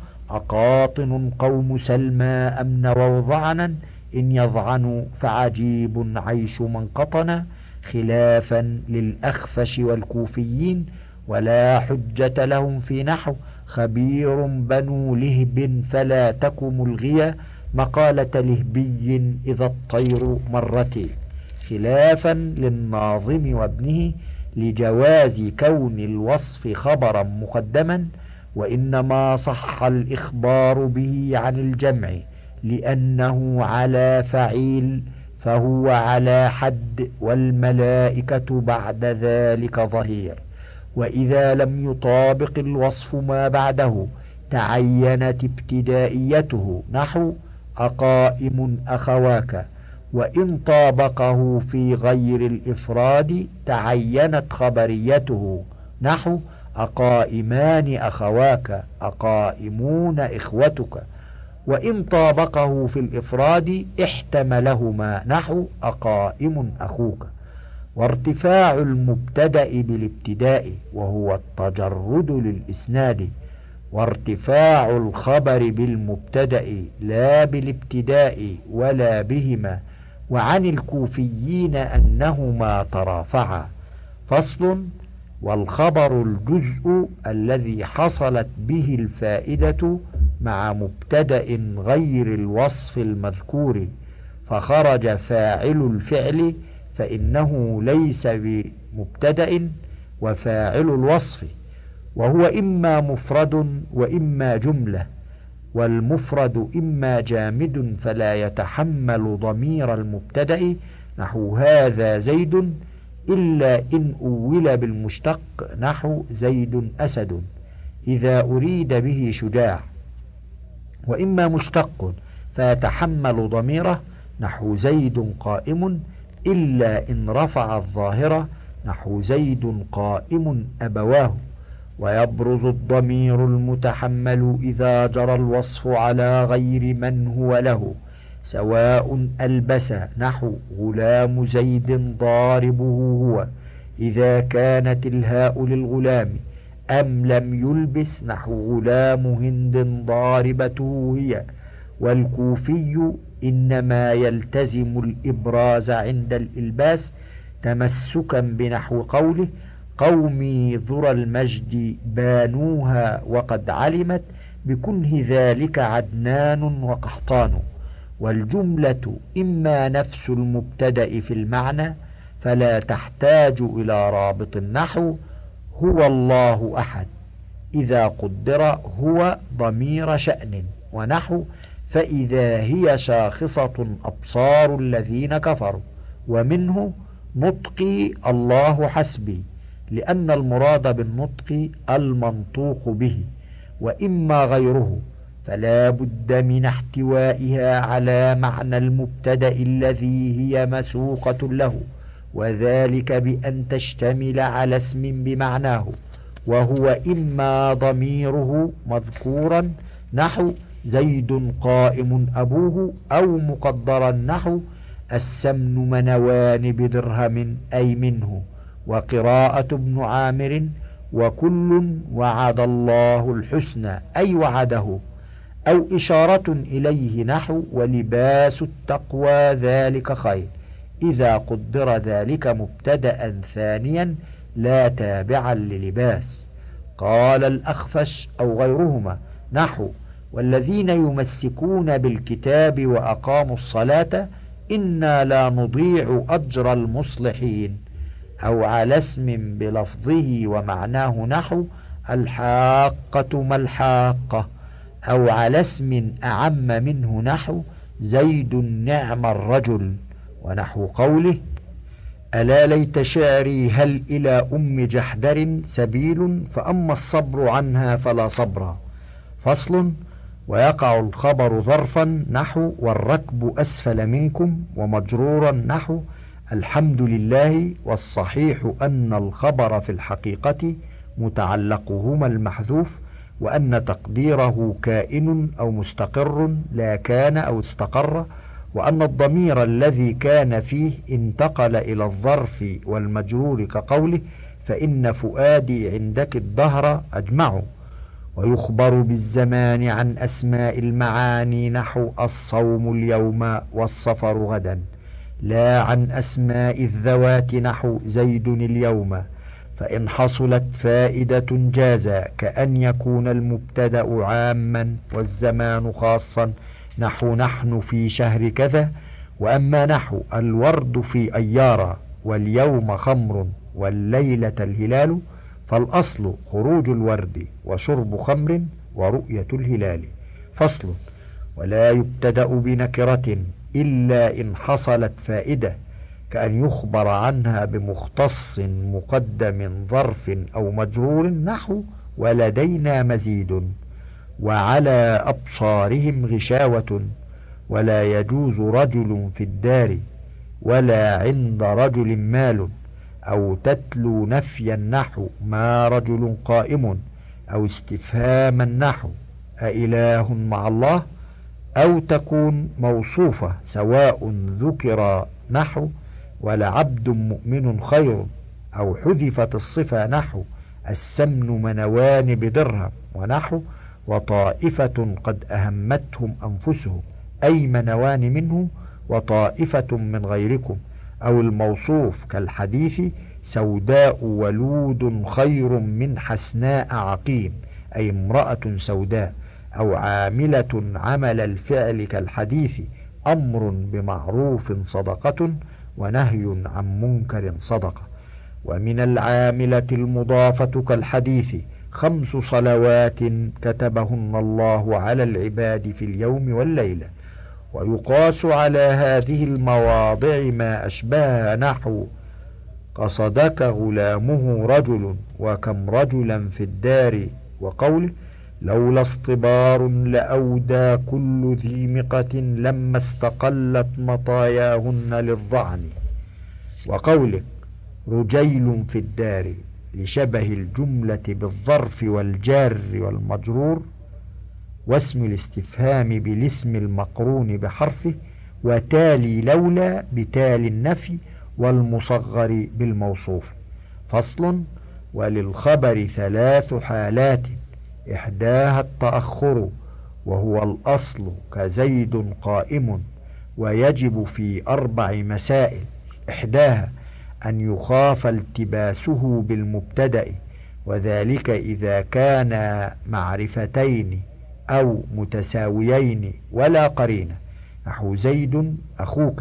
S2: أقاطن قوم سلمى أم نووا ضعنا إن يضعنوا فعجيب عيش من قطن، خلافا للأخفش والكوفيين، ولا حجة لهم في نحو خبير بنو لهب فلا تك ملغيا مقالة لهبي إذا الطير مرتي، خلافا للناظم وابنه لجواز كون الوصف خبرا مقدما، وإنما صح الإخبار به عن الجمع لأنه على فعيل فهو على حد، والملائكة بعد ذلك ظهير. وإذا لم يطابق الوصف ما بعده تعينت ابتدائيته، نحو أقائم أخواك. وإن طابقه في غير الإفراد تعينت خبريته، نحو أقائمان أخواك، أقائمون إخوتك. وإن طابقه في الإفراد احتملهما، نحو أقائم أخوك. وارتفاع المبتدأ بالابتداء وهو التجرد للإسناد، وارتفاع الخبر بالمبتدأ لا بالابتداء ولا بهما. وعن الكوفيين أنهما ترافعا. فصل. والخبر الجزء الذي حصلت به الفائدة مع مبتدأ غير الوصف المذكور فخرج فاعل الفعل، فإنه ليس بمبتدأ وفاعل الوصف، وهو إما مفرد وإما جملة، والمفرد إما جامد فلا يتحمل ضمير المبتدأ، نحو هذا زيد، إلا إن أول بالمشتق، نحو زيد أسد إذا أريد به شجاع. وإما مشتق فيتحمل ضميره، نحو زيد قائم، إلا إن رفع الظاهرة، نحو زيد قائم أبواه. ويبرز الضمير المتحمل إذا جرى الوصف على غير من هو له، سواء ألبس، نحو غلام زيد ضاربه هو، إذا كانت الهاء للغلام، أم لم يلبس، نحو غلام هند ضاربته هي. والكوفي إنما يلتزم الإبراز عند الإلباس تمسكا بنحو قوله قومي ذرى المجد بانوها وقد علمت بكنه ذلك عدنان وقحطان. والجملة إما نفس المبتدأ في المعنى فلا تحتاج إلى رابط، النحو هو الله أحد، إذا قدر هو ضمير شأن، ونحو فإذا هي شاخصة أبصار الذين كفروا. ومنه نطقي الله حسبي، لأن المراد بالنطق المنطوق به. وإما غيره فلا بد من احتوائها على معنى المبتدأ الذي هي مسوقة له، وذلك بأن تشتمل على اسم بمعناه، وهو إما ضميره مذكورا، نحو زيد قائم أبوه، أو مقدرا، نحو السمن منوان بدرهم أي منه. وقراءة ابن عامر وكل وعد الله الحسنى أي وعده، أو إشارة إليه، نحو ولباس التقوى ذلك خير، إذا قدر ذلك مبتدأ ثانيا لا تابعا للباس. قال الأخفش أو غيرهما، نحو والذين يمسكون بالكتاب وأقاموا الصلاة إنا لا نضيع أجر المصلحين، أو على اسم بلفظه ومعناه، نحو الحاقة ما الحاقة، أو على اسم أعم منه، نحو زيد نعم الرجل. ونحو قوله ألا ليت شعري هل إلى أم جحدر سبيل فأما الصبر عنها فلا صبر. فصل. ويقع الخبر ظرفا، نحو والركب أسفل منكم، ومجرورا، نحو الحمد لله. والصحيح أن الخبر في الحقيقة متعلقهما المحذوف، وأن تقديره كائن أو مستقر لا كان أو استقر، وأن الضمير الذي كان فيه انتقل إلى الظرف والمجرور كقوله فإن فؤادي عندك الدهر أجمع. ويخبر بالزمان عن أسماء المعاني، نحو الصوم اليوم والسفر غدا، لا عن أسماء الذوات، نحو زيد اليوم. فإن حصلت فائدة جاز، كأن يكون المبتدأ عاما والزمان خاصا، نحو نحن في شهر كذا. وأما نحو الورد في أيارى واليوم خمر والليلة الهلال، فالأصل خروج الورد وشرب خمر ورؤية الهلال. فصل: ولا يبتدأ بنكرة إلا إن حصلت فائدة، كأن يخبر عنها بمختص مقدم ظرف أو مجرور، نحو ولدينا مزيد، وعلى أبصارهم غشاوة، ولا يجوز رجل في الدار، ولا عند رجل مال، أو تتلو نفيا نحو ما رجل قائم، أو استفهاما نحو أإله مع الله، أو تكون موصوفة سواء ذكر نحو ولعبد مؤمن خير، أو حذفت الصفة نحو السمن منوان بدرهم، ونحو وطائفة قد أهمتهم أنفسهم، أي منوان منه وطائفة من غيركم، أو الموصوف كالحديث سوداء ولود خير من حسناء عقيم، أي امرأة سوداء، أو عاملة عمل الفعل كالحديث أمر بمعروف صدقة ونهي عن منكر صدقة. ومن العاملة المضافة كالحديث 5 صلوات كتبهن الله على العباد في اليوم والليلة. ويقاس على هذه المواضع ما أشبه نحو قصدك غلامه رجل، وكم رجلا في الدار، وقوله لولا اصطبار لأودى كل ذي مقة لما استقلت مطاياهن للظعن، وقوله رجيل في الدار لشبه الجملة بالظرف والجار والمجرور، واسم الاستفهام بالاسم المقرون بحرفه، وتالي لولا بتالي النفي، والمصغر بالموصوف. فصل: وللخبر 3 حالات، إحداها التأخر وهو الأصل كزيد قائم، ويجب في 4 مسائل: إحداها أن يخاف التباسه بالمبتدأ، وذلك إذا كان معرفتين أو متساويين ولا قرينة، نحو زيد أخوك،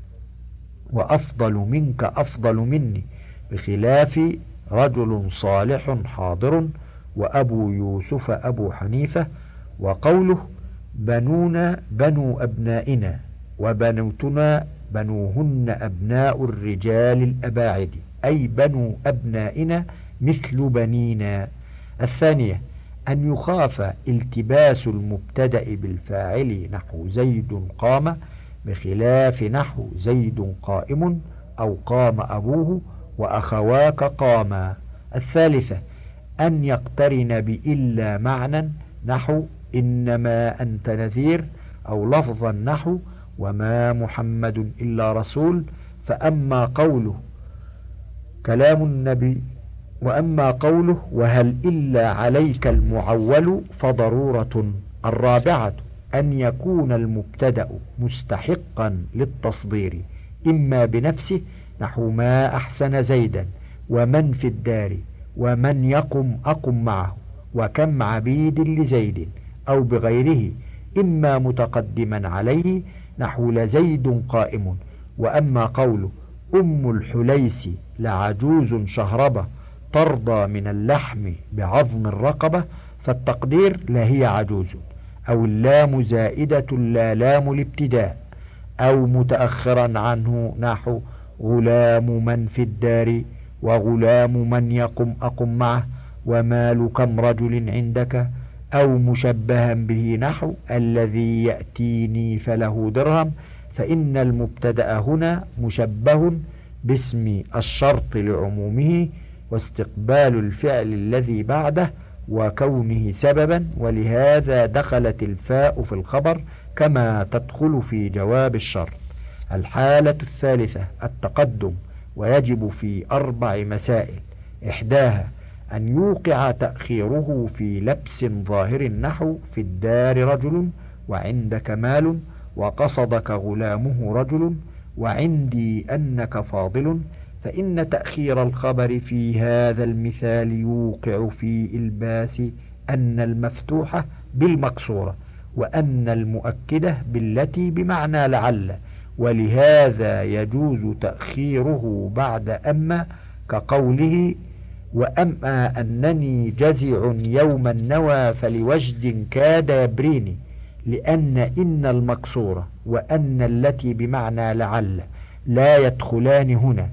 S2: وأفضل منك أفضل مني، بخلاف رجل صالح حاضر، وأبو يوسف أبو حنيفة. وقوله بنونا بنو أبنائنا، وبنوتنا بنوهن أبناء الرجال الأباعد، أي بنو أبنائنا مثل بنينا. الثانية أن يخاف التباس المبتدأ بالفاعل، نحو زيد قام، بخلاف نحو زيد قائم، أو قام أبوه وأخواك قاما. الثالثة أن يقترن بإلا معنى، نحو إنما أنت نذير، أو لفظا نحو وما محمد إلا رسول. فأما قوله كلام النبي، وأما قوله وهل إلا عليك المعول فضرورة. الرابعة أن يكون المبتدأ مستحقا للتصدير، إما بنفسه، نحو ما أحسن زيدا، ومن في الدار، ومن يقم أقم معه، وكم عبيد لزيد، أو بغيره، إما متقدما عليه، نحو لزيد قائم. وأما قوله أم الحليس لعجوز شهربة ترضى من اللحم بعظم الرقبة، فالتقدير لهي عجوز، أو اللام زائدة لا لام الابتداء، أو متأخرا عنه، نحو غلام من في الدار، وغلام من يقم أقم معه، ومال كم رجل عندك، أو مشبها به، نحو الذي يأتيني فله درهم. فإن المبتدأ هنا مشبه باسم الشرط لعمومه، واستقبال الفعل الذي بعده، وكونه سببا، ولهذا دخلت الفاء في الخبر كما تدخل في جواب الشرط. الحالة الثالثة التقدم، ويجب في 4 مسائل: إحداها أن يوقع تأخيره في لبس ظاهر، نحو في الدار رجل، وعندك مال، وقصدك غلامه رجل، وعندي أنك فاضل. فإن تأخير الخبر في هذا المثال يوقع في إلباس أن المفتوحة بالمكسورة، وأن المؤكدة بالتي بمعنى لعل، ولهذا يجوز تأخيره بعد أما، كقوله وأما أنني جزع يوم النوى فلوجد كاد يبريني، لأن إن المكسورة وأن التي بمعنى لعل لا يدخلان هنا،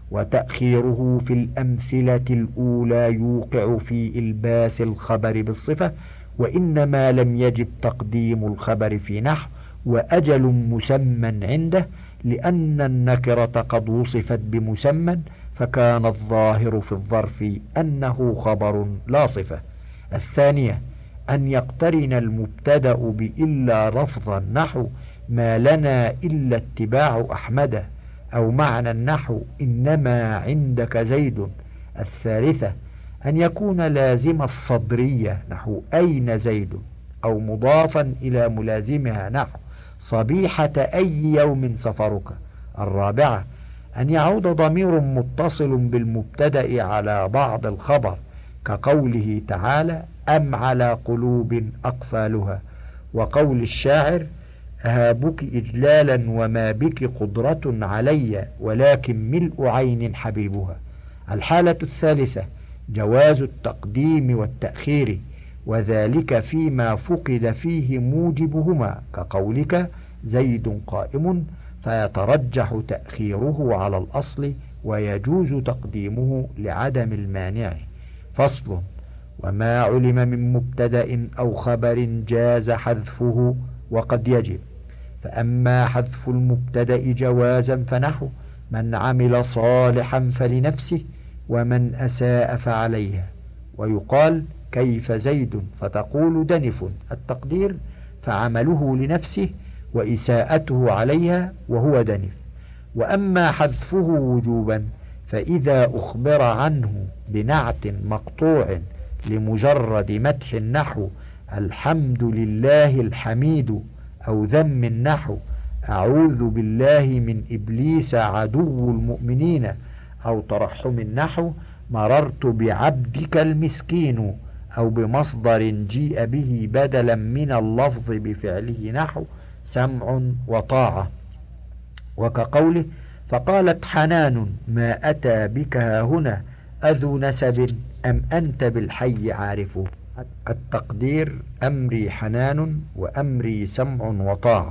S2: وتأخيره في الأمثلة الأولى يوقع في إلباس الخبر بالصفة، وإنما لم يجب تقديم الخبر في نحو وأجل مسمى عنده، لأن النكرة قد وصفت بمسمى، فكان الظاهر في الظرف أنه خبر لا صفة. الثانية أن يقترن المبتدأ بإلا لفظا نحو ما لنا إلا اتباع أحمد، أو معنى النحو إنما عندك زيد. الثالثة أن يكون لازم الصدرية نحو أين زيد، أو مضافا إلى ملازمها نحو صبيحة أي يوم سفرك. الرابعة أن يعود ضمير متصل بالمبتدأ على بعض الخبر، كقوله تعالى أم على قلوب أقفالها، وقول الشاعر أهابك إجلالا وما بك قدرة علي ولكن ملء عين حبيبها. الحالة الثالثة جواز التقديم والتأخير، وذلك فيما فقد فيه موجبهما، كقولك زيد قائم، فيترجح تأخيره على الأصل ويجوز تقديمه لعدم المانع. فصل. وما علم من مبتدأ أو خبر جاز حذفه وقد يجب. فأما حذف المبتدأ جوازا فنحو من عمل صالحا فلنفسه ومن أساء فعليها، ويقال كيف زيد فتقول دنف، التقدير فعمله لنفسه وإساءته عليها وهو دنف. وأما حذفه وجوبا فإذا أخبر عنه بنعت مقطوع لمجرد مدح النحو الحمد لله الحميد، أو ذم النحو أعوذ بالله من إبليس عدو المؤمنين، أو ترحم النحو مررت بعبدك المسكين، أو بمصدر جيء به بدلا من اللفظ بفعله نحو سمع وطاعة، وكقوله فقالت حنان ما أتى بك هنا أذو نسب أم أنت بالحي عارفه. التقدير أمري حنان وأمري سمع وطاعة،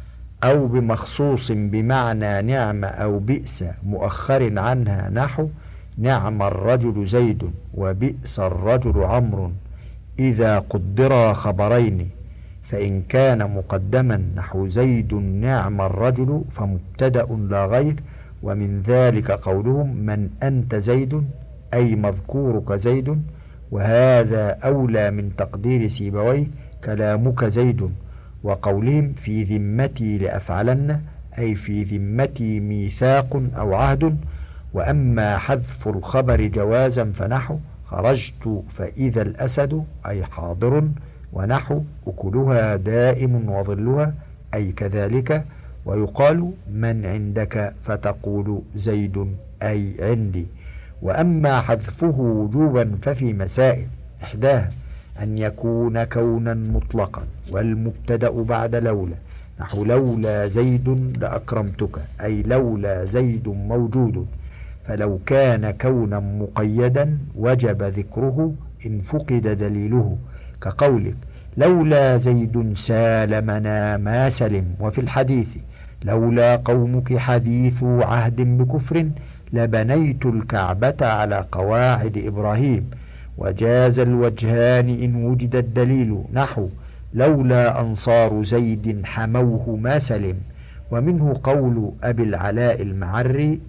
S2: أو بمخصوص بمعنى نعم أو بئس مؤخر عنها نحو نعم الرجل زيد وبئس الرجل عمرو، إذا قدر خبرين، فإن كان مقدما نحو زيد نعم الرجل فمبتدأ لا غير. ومن ذلك قولهم من أنت زيد أي مذكورك زيد، وهذا أولى من تقدير سيبويه كلامك زيد، وقولهم في ذمتي لأفعلن أي في ذمتي ميثاق أو عهد. وأما حذف الخبر جوازا فنحو خرجت فإذا الأسد أي حاضر، ونحو أكلها دائم وظلها أي كذلك. ويقال من عندك فتقول زيد أي عندي. وأما حذفه وجوبا ففي مسائل، إحداها أن يكون كونا مطلقا والمبتدأ بعد لولا، نحو لولا زيد لأكرمتك أي لولا زيد موجود، فلو كان كونا مقيدا وجب ذكره إن فقد دليله، كقولك لولا زيد سالمنا ما سلم. وفي الحديث لولا قومك حديث عهد بكفر لبنيت الكعبة على قواعد إبراهيم. وجاز الوجهان إن وجد الدليل، نحو لولا أنصار زيد حموه ما سلم. ومنه قول أبي العلاء المعري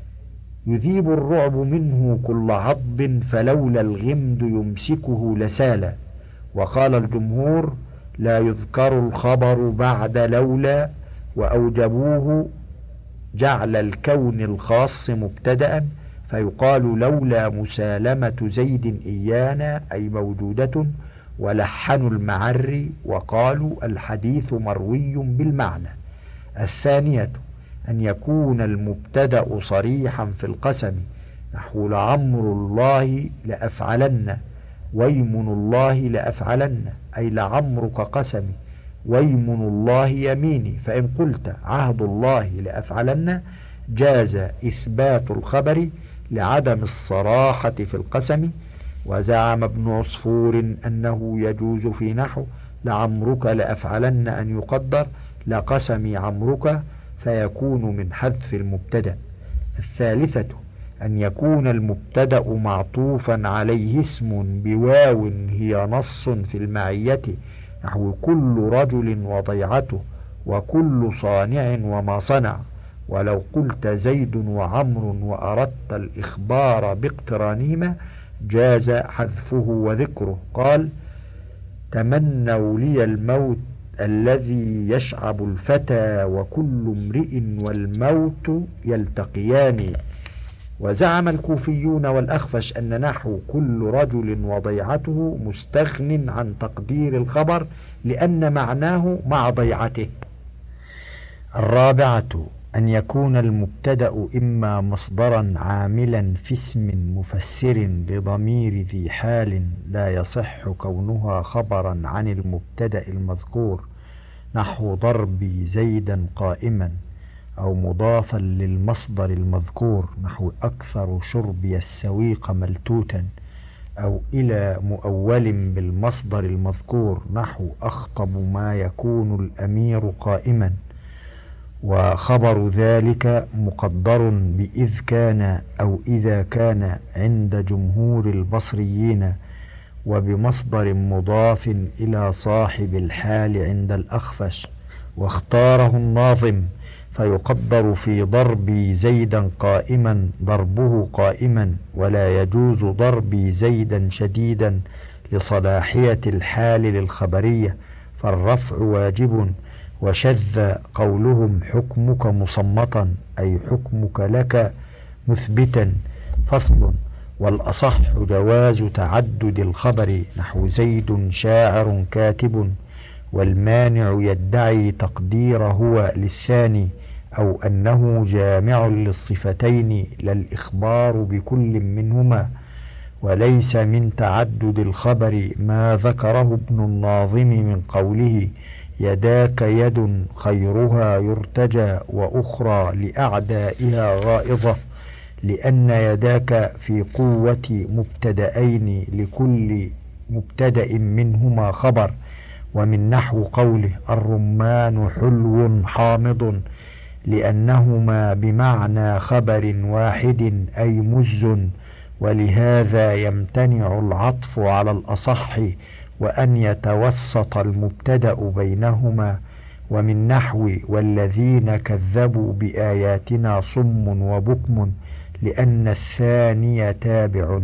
S2: يذيب الرعب منه كل عضب فلولا الغمد يمسكه لسالا. وقال الجمهور لا يذكر الخبر بعد لولا، وأوجبوه جعل الكون الخاص مبتدأ، فيقال لولا مسالمة زيد إيانا أي موجودة. ولحنوا المعري وقالوا الحديث مروي بالمعنى. الثانية أن يكون المبتدأ صريحا في القسم، نحو لعمر الله لأفعلن ويمن الله لأفعلن أي لعمرك قسمي ويمن الله يميني. فإن قلت عهد الله لأفعلن جاز إثبات الخبر لعدم الصراحة في القسم. وزعم ابن عصفور أنه يجوز في نحو لعمرك لأفعلن أن يقدر لقسمي عمرك، فيكون من حذف المبتدأ. الثالثة أن يكون المبتدأ معطوفا عليه اسم بواو هي نص في المعية، نحو كل رجل وضيعته وكل صانع وما صنع. ولو قلت زيد وعمر وأردت الإخبار باقترانهما جاز حذفه وذكره. قال: تمنوا لي الموت الذي يشعب الفتى وكل امرئ والموت يلتقيان. وزعم الكوفيون والأخفش أن نحو كل رجل وضيعته مستغن عن تقدير الخبر لأن معناه مع ضيعته. الرابعة أن المبتدأ إما مصدرا عاملا في اسم مفسر لضمير ذي حال لا يصح كونها خبرا عن المبتدأ المذكور، نحو ضربي زيدا قائما، أو مضافا للمصدر المذكور، نحو أكثر شربي السويق ملتوتا، أو إلى مؤول بالمصدر المذكور، نحو أخطب ما يكون الأمير قائما. وخبر ذلك مقدر بإذ كان أو إذا كان عند جمهور البصريين، وبمصدر مضاف إلى صاحب الحال عند الأخفش، واختاره الناظم، فيقدر في ضربي زيدا قائما ضربه قائما، ولا يجوز ضربي زيدا شديدا لصلاحية الحال للخبرية، فالرفع واجب. وشذ قولهم حكمك مصمتا، أي حكمك لك مثبتا. فصل: والأصح جواز تعدد الخبر، نحو زيد شاعر كاتب، والمانع يدعي تقدير هو للثاني، أو أنه جامع للصفتين لا الإخبار بكل منهما. وليس من تعدد الخبر ما ذكره ابن الناظم من قوله يداك يد خيرها يرتجى وأخرى لأعدائها غائظة، لأن يداك في قوة مبتدأين لكل مبتدأ منهما خبر. ومن نحو قوله الرمان حلو حامض، لأنهما بمعنى خبر واحد أي مز، ولهذا يمتنع العطف على الأصح وأن يتوسط المبتدأ بينهما. ومن نحو والذين كذبوا بآياتنا صم وبكم، لأن الثاني تابع.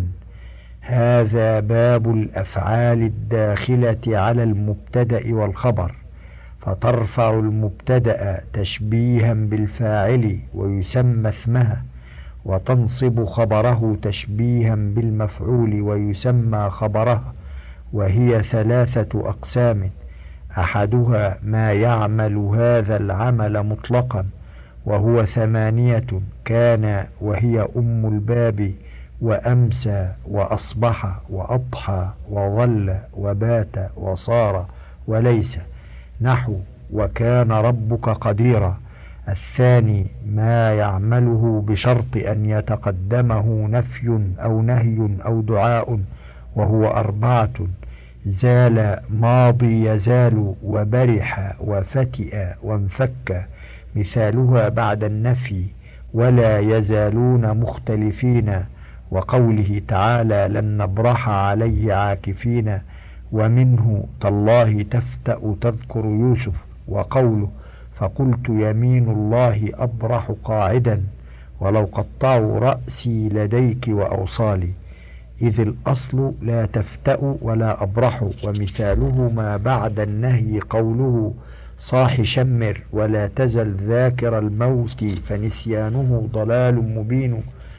S2: هذا باب الأفعال الداخلة على المبتدأ والخبر، فترفع المبتدأ تشبيها بالفاعل ويسمى اسمها، وتنصب خبره تشبيها بالمفعول ويسمى خبرها، وهي 3 أقسام: أحدها ما يعمل هذا العمل مطلقا، وهو 8، كان وهي أم الباب، وأمسى وأصبح وأضحى وظل وبات وصار وليس، نحو وكان ربك قديرا. الثاني ما يعمله بشرط أن يتقدمه نفي أو نهي أو دعاء، وهو 4: زال ماضي يزال، وبرح وفتئ وانفك، مثالها بعد النفي ولا يزالون مختلفين، وقوله تعالى لن نبرح عليه عاكفين. ومنه تالله تفتأ تذكر يوسف، وقوله فقلت يمين الله أبرح قاعدا، ولو قطعوا رأسي لديك وأوصالي، إذ الأصل لا تفتأ ولا أبرح. ومثاله ما بعد النهي قوله صاح شمر ولا تزل ذاكر الموت فنسيانه ضلال مبين.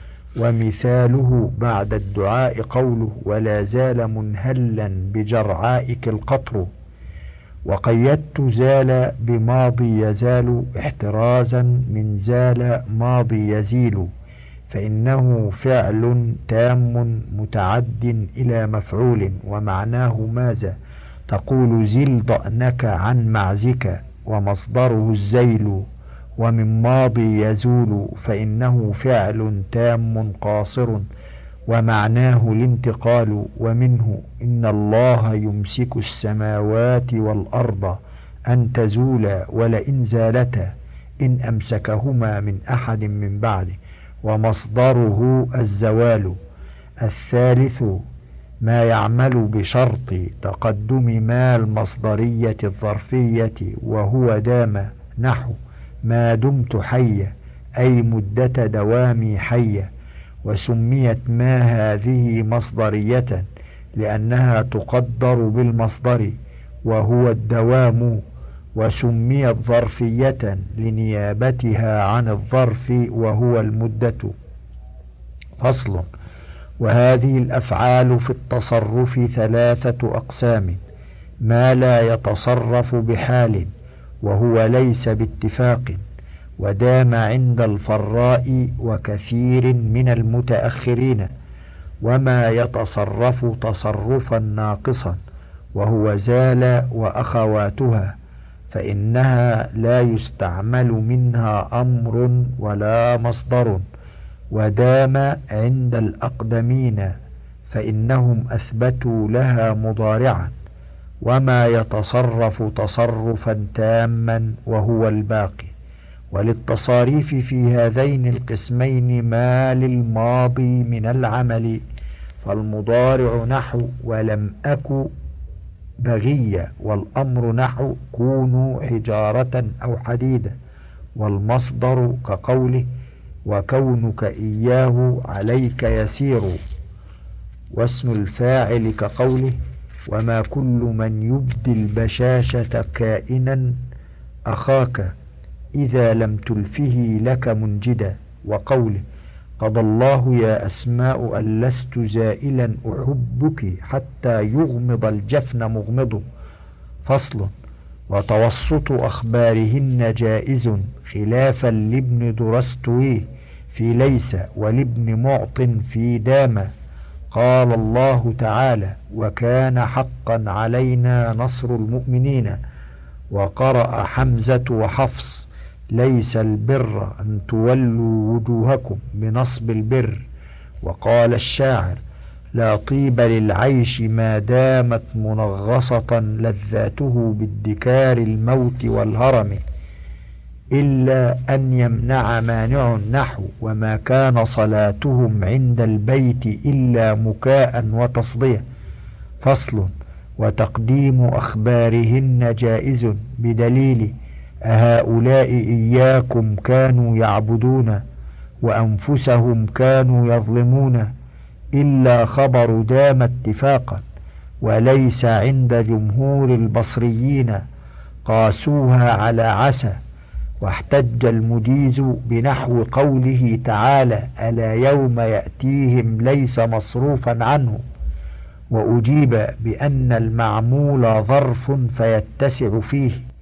S2: ومثاله بعد الدعاء قوله ولا زال منهلا بجرعائك القطر. وقيدت زال بماضي يزال احترازا من زال ماضي يزيل، فإنه فعل تام متعد إلى مفعول، ومعناه ماذا، تقول زل ضأنك عن معزك، ومصدره الزيل، ومن ماضي يزول فإنه فعل تام قاصر ومعناه الانتقال. ومنه إن الله يمسك السماوات والأرض أن تزولا ولئن زالتا إن أمسكهما من أحد من بعده، ومصدره الزوال. الثالث ما يعمل بشرط تقدم ما المصدرية الظرفية وهو دام، نحو ما دمت حيا أي مدة دوامي حيا. وسميت ما هذه مصدرية لأنها تقدر بالمصدر وهو الدوام، وسميت ظرفية لنيابتها عن الظرف وهو المدة. فصل. وهذه الأفعال في التصرف 3 أقسام: ما لا يتصرف بحال وهو ليس باتفاق، ودام عند الفراء وكثير من المتأخرين، وما يتصرف تصرفا ناقصا وهو زال وأخواتها، فإنها لا يستعمل منها أمر ولا مصدر. ودام عند الأقدمين فإنهم أثبتوا لها مضارعا، وما يتصرف تصرفا تاما وهو الباقي. وللتصاريف في هذين القسمين ما للماضي من العمل، فالمضارع نحو ولم أك بغية، والأمر نحو كونوا حجارة أو حديدا، والمصدر كقوله وكونك إياه عليك يسير، واسم الفاعل كقوله وما كل من يبدي البشاشة كائنا أخاك إذا لم تلفه لك منجدا، وقوله قضى الله يا أسماء أن لست زائلا أحبك حتى يغمض الجفن مغمض. فصل. وتوسط أخبارهن جائز خلافا لابن درستويه في ليس ولابن معط في دام. قال الله تعالى وكان حقا علينا نصر المؤمنين. وقرأ حمزة وحفص ليس البر أن تولوا وجوهكم بنصب البر. وقال الشاعر لا طيب للعيش ما دامت منغصة لذاته بادكار الموت والهرم، إلا أن يمنع مانع، نحو وما كان صلاتهم عند البيت إلا مكاء وتصدية. فصل. وتقديم أخبارهن جائز بدليل أهؤلاء إياكم كانوا يعبدون وأنفسهم كانوا يظلمون، إلا خبر دام اتفاقا، وليس عند جمهور البصريين، قاسوها على عسى. واحتج المجيز بنحو قوله تعالى ألا يوم يأتيهم ليس مصروفا عنه، وأجيب بأن المعمول ظرف فيتسع فيه،